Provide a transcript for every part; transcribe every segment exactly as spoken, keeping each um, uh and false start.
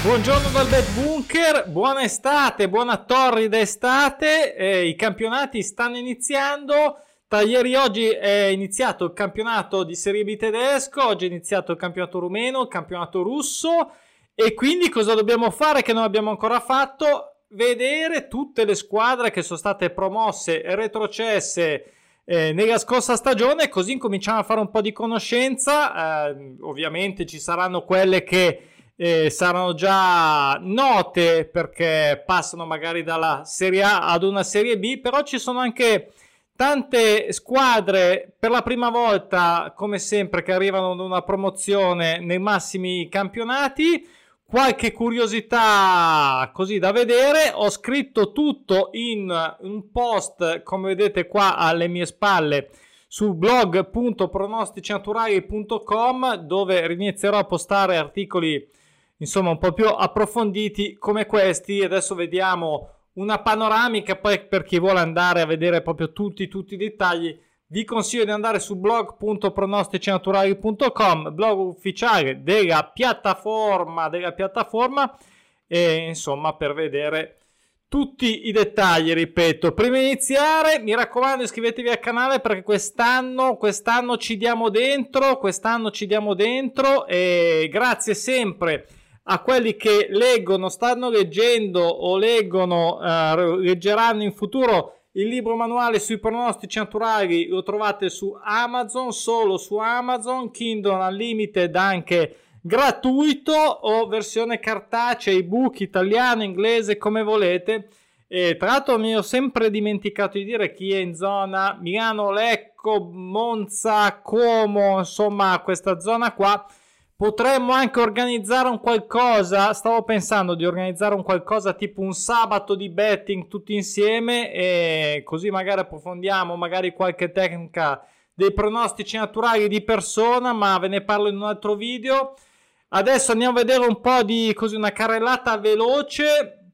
Buongiorno dal Bet Bunker, buona estate, buona torrida estate, eh, i campionati stanno iniziando. Tra ieri e oggi è iniziato il campionato di Serie B tedesco, oggi è iniziato il campionato rumeno, il campionato russo, e quindi cosa dobbiamo fare che non abbiamo ancora fatto? Vedere tutte le squadre che sono state promosse e retrocesse eh, nella scorsa stagione, così incominciamo a fare un po' di conoscenza. Eh, ovviamente ci saranno quelle che Eh, saranno già note perché passano magari dalla Serie A ad una Serie B, però ci sono anche tante squadre per la prima volta, come sempre, che arrivano ad una promozione nei massimi campionati. Qualche curiosità così da vedere. Ho scritto tutto in un post, come vedete qua alle mie spalle, sul blog punto pronostici naturali punto com, dove inizierò a postare articoli insomma un po' più approfonditi come questi. Adesso vediamo una panoramica, poi per chi vuole andare a vedere proprio tutti tutti i dettagli vi consiglio di andare su blog punto pronostici naturali punto com, blog ufficiale della piattaforma della piattaforma e insomma per vedere tutti i dettagli. Ripeto, prima di iniziare mi raccomando iscrivetevi al canale perché quest'anno quest'anno ci diamo dentro quest'anno ci diamo dentro e grazie sempre a quelli che leggono, stanno leggendo o leggono, eh, leggeranno in futuro il libro manuale sui pronostici naturali. Lo trovate su Amazon, solo su Amazon, Kindle Unlimited anche gratuito, o versione cartacea, ebook, italiano, inglese, come volete. E tra l'altro mi ho sempre dimenticato di dire chi è in zona Milano, Lecco, Monza, Como, insomma questa zona qua. Potremmo anche organizzare un qualcosa, stavo pensando di organizzare un qualcosa tipo un sabato di betting tutti insieme e così magari approfondiamo magari qualche tecnica dei pronostici naturali di persona, ma ve ne parlo in un altro video. Adesso andiamo a vedere un po' di così una carrellata veloce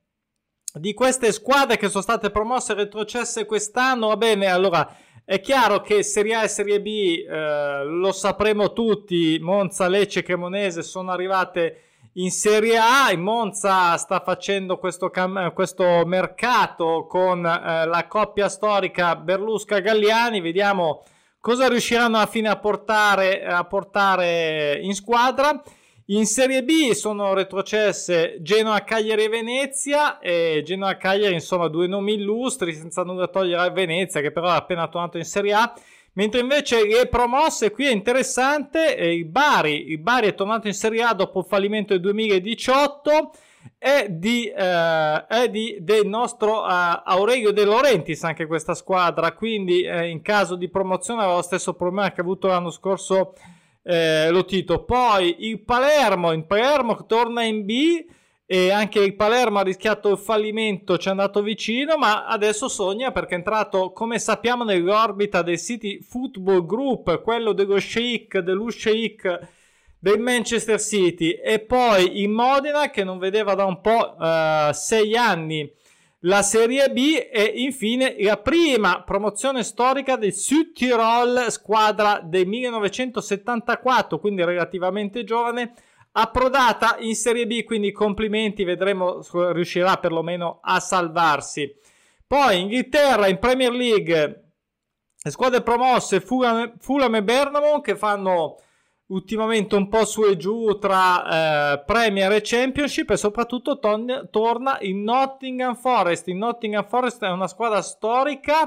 di queste squadre che sono state promosse e retrocesse quest'anno. Va bene, allora è chiaro che Serie A e Serie B eh, lo sapremo tutti, Monza, Lecce e Cremonese sono arrivate in Serie A. Il Monza sta facendo questo, cam- questo mercato con eh, la coppia storica Berlusca-Galliani, vediamo cosa riusciranno alla fine a portare, a portare in squadra. In Serie B sono retrocesse Genoa, Cagliari e Venezia, e Genoa, Cagliari insomma due nomi illustri, senza nulla togliere a Venezia che però è appena tornato in Serie A, mentre invece le promosse, qui è interessante, eh, il Bari, il Bari è tornato in Serie A dopo il fallimento del duemiladiciotto, è di, eh, è di del nostro eh, Aurelio De Laurentiis anche questa squadra, quindi eh, in caso di promozione aveva lo stesso problema che ha avuto l'anno scorso Eh, lo Tito. Poi il Palermo, il Palermo torna in B e anche il Palermo ha rischiato il fallimento, ci è andato vicino, ma adesso sogna perché è entrato, come sappiamo, nell'orbita del City Football Group, quello dello Sheikh, dello Sheikh del Manchester City. E poi il Modena che non vedeva da un po' eh, sei anni la Serie B, e infine la prima promozione storica del Südtirol, squadra del millenovecentosettantaquattro, quindi relativamente giovane, approdata in Serie B, quindi complimenti, vedremo se riuscirà perlomeno a salvarsi. Poi Inghilterra, in Premier League, le squadre promosse Fulham, Fulham e Bournemouth che fanno ultimamente un po' su e giù tra eh, Premier e Championship, e soprattutto ton- torna il Nottingham Forest. Il Nottingham Forest è una squadra storica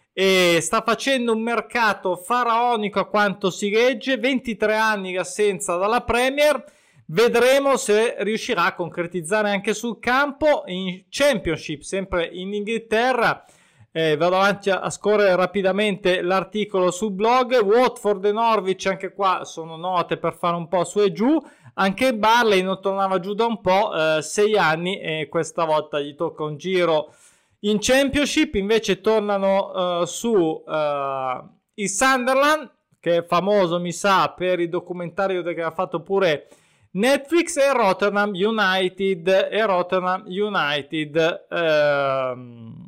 e sta facendo un mercato faraonico a quanto si legge, ventitré anni di assenza dalla Premier, vedremo se riuscirà a concretizzare anche sul campo. In Championship, sempre in Inghilterra, Eh, vado avanti a, a scorrere rapidamente l'articolo sul blog. Watford e Norwich anche qua sono note per fare un po' su e giù. Anche il Barley non tornava giù da un po', eh, sei anni, e questa volta gli tocca un giro in Championship. Invece tornano eh, su eh, il Sunderland, che è famoso mi sa per il documentario che ha fatto pure Netflix, e Rotterdam United e Rotterdam United ehm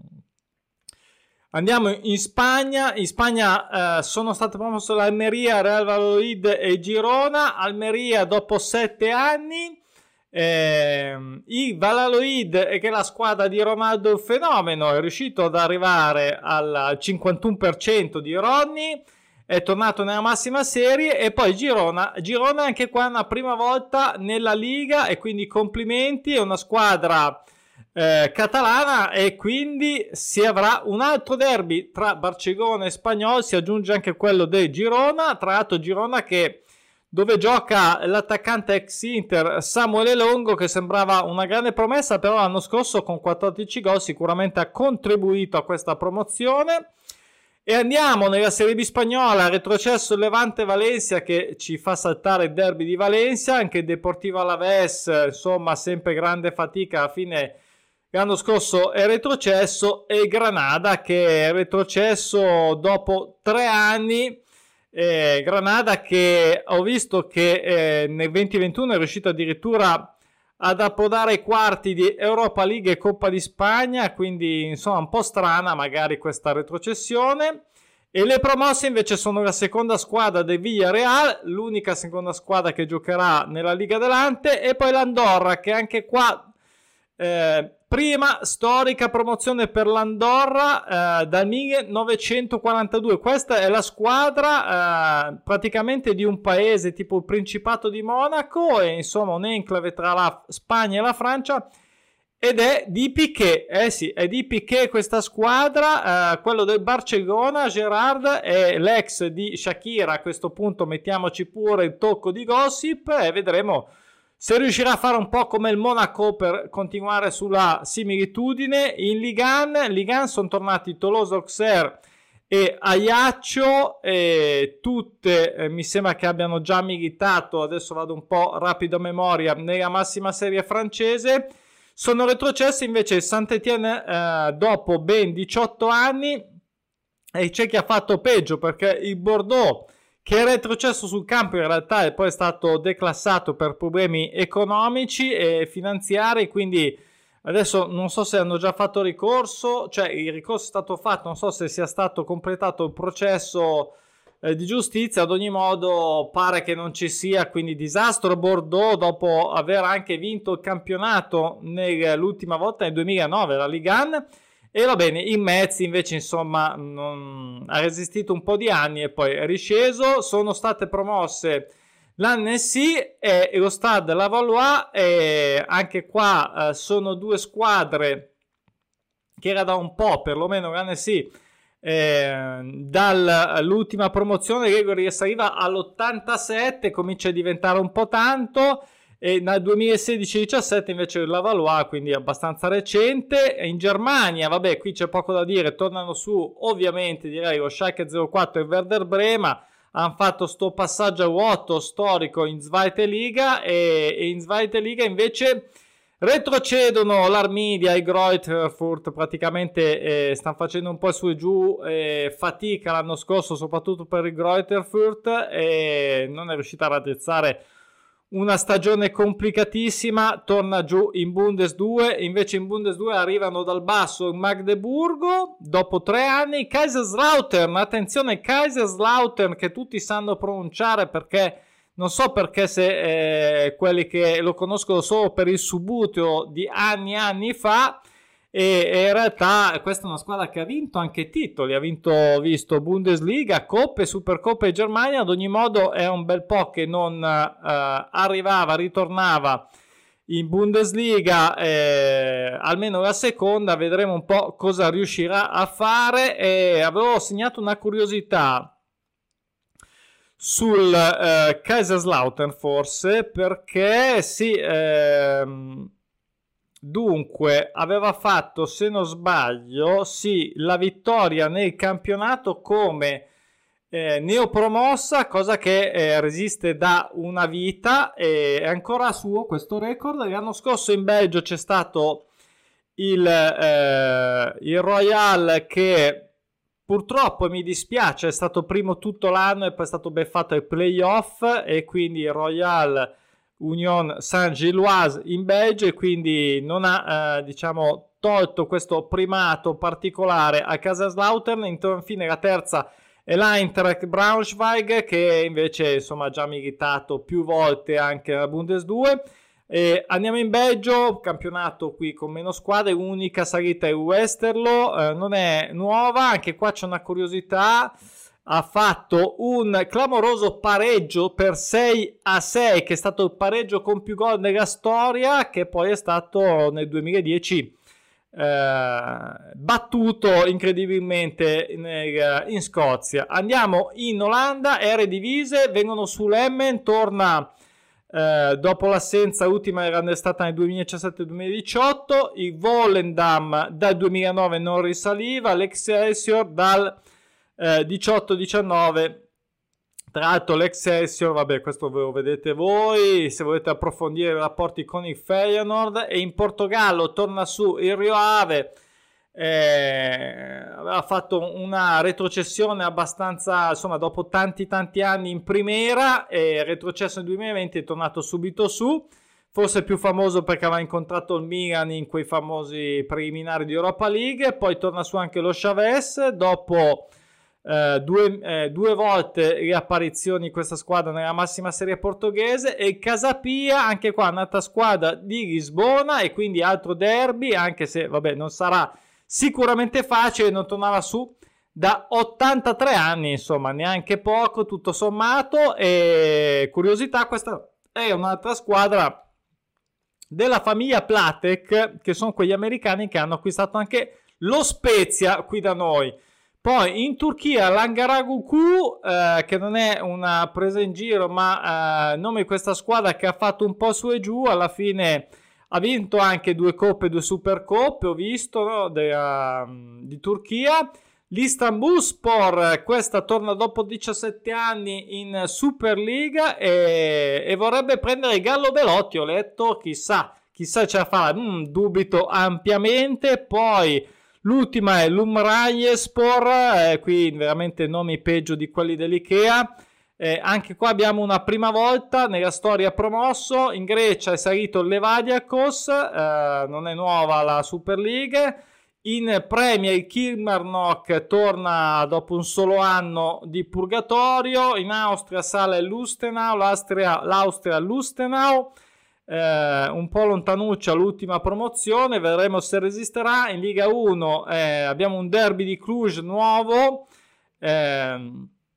Andiamo in Spagna. In Spagna eh, sono state promosse l'Almeria, Real Valladolid e Girona. Almeria dopo sette anni Eh, il Valladolid, che è la squadra di Ronaldo il fenomeno, è riuscito ad arrivare al cinquantuno per cento di Ronny, è tornato nella massima serie. E poi Girona, Girona anche qua è una prima volta nella Liga, e quindi complimenti, è una squadra eh, catalana, e quindi si avrà un altro derby tra Barcellona e Spagnol, si aggiunge anche quello del Girona, tra l'altro Girona che dove gioca l'attaccante ex Inter Samuele Longo, che sembrava una grande promessa, però l'anno scorso con quattordici gol sicuramente ha contribuito a questa promozione. E andiamo nella Serie B spagnola, retrocesso Levante Valencia, che ci fa saltare il derby di Valencia, anche Deportivo Alavés, insomma sempre grande fatica, alla fine l'anno scorso è retrocesso, e Granada che è retrocesso dopo tre anni. Eh, Granada che ho visto che eh, nel duemilaventuno è riuscito addirittura ad approdare ai quarti di Europa League e Coppa di Spagna, quindi insomma un po' strana magari questa retrocessione. E le promosse invece sono la seconda squadra del Villarreal, l'unica seconda squadra che giocherà nella Liga Adelante, e poi l'Andorra, che anche qua eh, prima storica promozione per l'Andorra eh, dal millenovecentoquarantadue. Questa è la squadra eh, praticamente di un paese tipo il Principato di Monaco, e insomma un enclave tra la Spagna e la Francia, ed è di Piqué. Eh sì, è di Piqué questa squadra, eh, quello del Barcellona. Gerard è l'ex di Shakira, a questo punto mettiamoci pure il tocco di gossip, e vedremo se riuscirà a fare un po' come il Monaco per continuare sulla similitudine. In Ligan, Ligan sono tornati Toulouse-Auxerre e Ajaccio, e tutte eh, mi sembra che abbiano già militato, adesso vado un po' rapido a memoria, nella massima serie francese. Sono retrocessi invece il Saint-Étienne eh, dopo ben diciotto anni, e c'è chi ha fatto peggio, perché il Bordeaux, che è retrocesso sul campo in realtà, e poi è stato declassato per problemi economici e finanziari, quindi adesso non so se hanno già fatto ricorso, cioè il ricorso è stato fatto, non so se sia stato completato il processo eh, di giustizia. Ad ogni modo pare che non ci sia, quindi disastro Bordeaux dopo aver anche vinto il campionato nell'ultima volta nel duemilanove, la Ligue uno. E va bene, in Metz invece insomma non... ha resistito un po' di anni e poi è risceso. Sono state promosse l'Annecy e lo Stade La Valois, e anche qua eh, sono due squadre che era da un po', perlomeno l'Annecy eh, dall'ultima promozione Gregory saliva all'ottantasette, comincia a diventare un po' tanto. E nel duemilasedici diciassette invece la Valois, quindi abbastanza recente. In Germania, vabbè, qui c'è poco da dire, tornano su ovviamente direi lo Schalke zero quattro e Werder Brema, hanno fatto sto passaggio a vuoto storico in Zweite Liga, e, e in Zweite Liga invece retrocedono l'Arminia e il Greuther Fürth, praticamente eh, stanno facendo un po' su e giù, eh, fatica l'anno scorso soprattutto per il Greuther Fürth, e non è riuscita a raddrizzare una stagione complicatissima, torna giù in Bundes due. Invece in Bundes due arrivano dal basso il Magdeburgo dopo tre anni, Kaiserslautern, attenzione, Kaiserslautern che tutti sanno pronunciare, perché non so perché se eh, quelli che lo conoscono solo per il subuteo di anni e anni fa, e, e in realtà questa è una squadra che ha vinto anche titoli, ha vinto, visto, Bundesliga, Coppe, Supercoppe e Germania. Ad ogni modo è un bel po' che non eh, arrivava, ritornava in Bundesliga, eh, almeno la seconda. Vedremo un po' cosa riuscirà a fare. E avevo segnato una curiosità sul eh, Kaiserslautern, forse perché sì, ehm, dunque aveva fatto, se non sbaglio, sì, la vittoria nel campionato come eh, neopromossa, cosa che eh, resiste da una vita, e è ancora suo questo record. L'anno scorso in Belgio c'è stato il, eh, il Royal, che purtroppo, mi dispiace, è stato primo tutto l'anno e poi è stato beffato ai playoff, e quindi Royal Union Saint-Gilloise in Belgio, e quindi non ha eh, diciamo tolto questo primato particolare a Kaiserslautern. Infine la terza è l'Eintracht Braunschweig, che invece insomma ha già militato più volte anche nella Bundes due. E andiamo in Belgio, campionato qui con meno squadre, unica salita è Westerlo, eh, non è nuova, anche qua c'è una curiosità, ha fatto un clamoroso pareggio per sei a sei, che è stato il pareggio con più gol nella storia, che poi è stato nel duemiladieci eh, battuto incredibilmente in, in Scozia. Andiamo in Olanda, Eredivisie, vengono su Lemmen, torna eh, dopo l'assenza, l'ultima era stata nel duemiladiciassette duemiladiciotto, il Volendam dal duemilanove non risaliva, l'Excelsior dal eh, diciotto diciannove. Tra l'altro l'Excelsior, vabbè, questo ve lo vedete voi, se volete approfondire i rapporti con il Feyenoord. E in Portogallo torna su il Rio Ave, eh, aveva fatto una retrocessione abbastanza, insomma, dopo tanti tanti anni in primera, è retrocesso nel duemilaventi, è tornato subito su, forse più famoso perché aveva incontrato il Milan in quei famosi preliminari di Europa League. Poi torna su anche lo Chaves dopo Uh, due, eh, due volte riapparizioni di questa squadra nella massima serie portoghese. E il Casapia, anche qua nata squadra di Lisbona, e quindi altro derby, anche se vabbè non sarà sicuramente facile, non tornava su da ottantatré anni, insomma neanche poco tutto sommato. E curiosità, questa è un'altra squadra della famiglia Platek, che sono quegli americani che hanno acquistato anche lo Spezia qui da noi. Poi in Turchia l'Angaragucu, eh, che non è una presa in giro, ma eh, nome di questa squadra che ha fatto un po' su e giù, alla fine ha vinto anche due coppe, due supercoppe, ho visto, no, de, uh, di Turchia. L'Istanbulspor, questa torna dopo diciassette anni in Superliga e, e vorrebbe prendere Gallo Belotti, ho letto, chissà, chissà ce la fa, mm, dubito ampiamente. Poi l'ultima è l'Umraniespor, eh, qui veramente nomi peggio di quelli dell'Ikea. Eh, anche qua abbiamo una prima volta nella storia promosso. In Grecia è salito il Levadiakos, eh, non è nuova la Super League. In Premier il Kilmarnock torna dopo un solo anno di purgatorio. In Austria sale Lustenau, l'Austria, l'Austria Lustenau. Eh, un po' lontanuccia l'ultima promozione, vedremo se resisterà. In Liga uno eh, abbiamo un derby di Cluj nuovo, eh,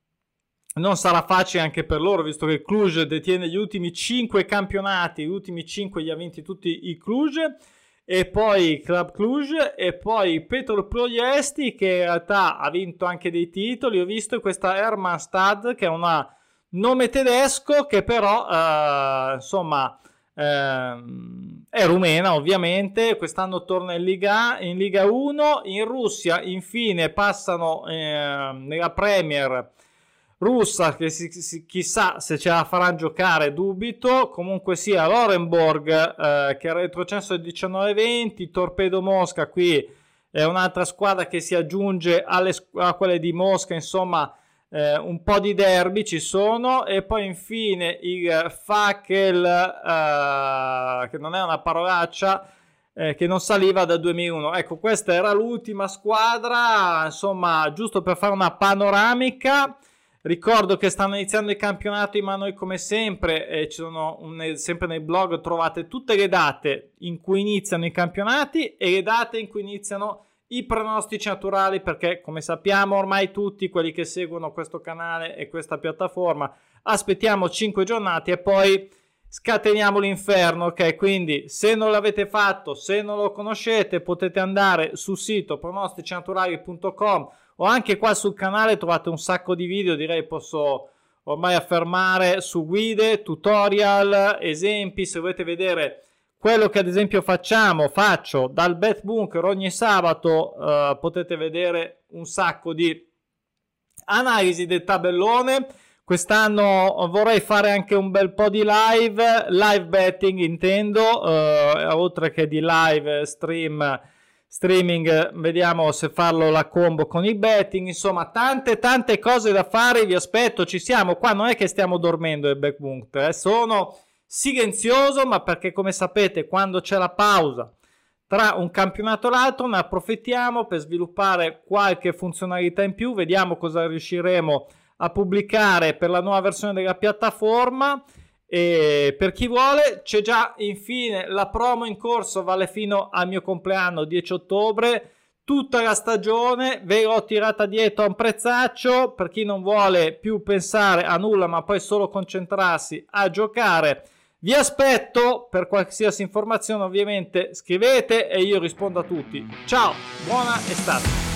non sarà facile anche per loro, visto che Cluj detiene gli ultimi cinque campionati, gli ultimi cinque li ha vinti tutti i Cluj, e poi Club Cluj, e poi Petrol Ploiesti, che in realtà ha vinto anche dei titoli, ho visto questa Hermannstad, che è un nome tedesco, che però eh, insomma è rumena ovviamente. Quest'anno torna in Liga, in Liga uno. In Russia infine passano eh, nella Premier russa, che si, si, chissà se ce la faranno giocare, dubito. Comunque sia l'Orenborg, eh, che è retrocesso del diciannove venti. Torpedo Mosca, qui è un'altra squadra che si aggiunge alle, a quelle di Mosca, insomma. Eh, un po' di derby ci sono. E poi infine il Fakel, eh, che non è una parolaccia, eh, che non saliva dal duemilauno. Ecco, questa era l'ultima squadra, insomma, giusto per fare una panoramica. Ricordo che stanno iniziando i campionati, ma noi come sempre eh, ci sono un, sempre nel blog trovate tutte le date in cui iniziano i campionati e le date in cui iniziano i pronostici naturali, perché come sappiamo ormai tutti quelli che seguono questo canale e questa piattaforma aspettiamo cinque giornate e poi scateniamo l'inferno, ok? Quindi se non l'avete fatto, se non lo conoscete, potete andare sul sito pronostici naturali punto com o anche qua sul canale trovate un sacco di video, direi posso ormai affermare, su guide, tutorial, esempi. Se volete vedere quello che ad esempio facciamo, faccio dal Bet Bunker ogni sabato, eh, potete vedere un sacco di analisi del tabellone. Quest'anno vorrei fare anche un bel po' di live, live betting intendo, eh, oltre che di live stream, streaming, vediamo se farlo la combo con il betting. Insomma, tante tante cose da fare, vi aspetto, ci siamo. Qua non è che stiamo dormendo il Bet Bunker, eh, sono silenzioso, ma perché come sapete quando c'è la pausa tra un campionato e l'altro ne approfittiamo per sviluppare qualche funzionalità in più. Vediamo cosa riusciremo a pubblicare per la nuova versione della piattaforma E per chi vuole c'è già infine la promo in corso, vale fino al mio compleanno dieci ottobre, tutta la stagione ve l'ho tirata dietro a un prezzaccio per chi non vuole più pensare a nulla ma poi solo concentrarsi a giocare. Vi aspetto, per qualsiasi informazione ovviamente scrivete e io rispondo a tutti. Ciao, buona estate.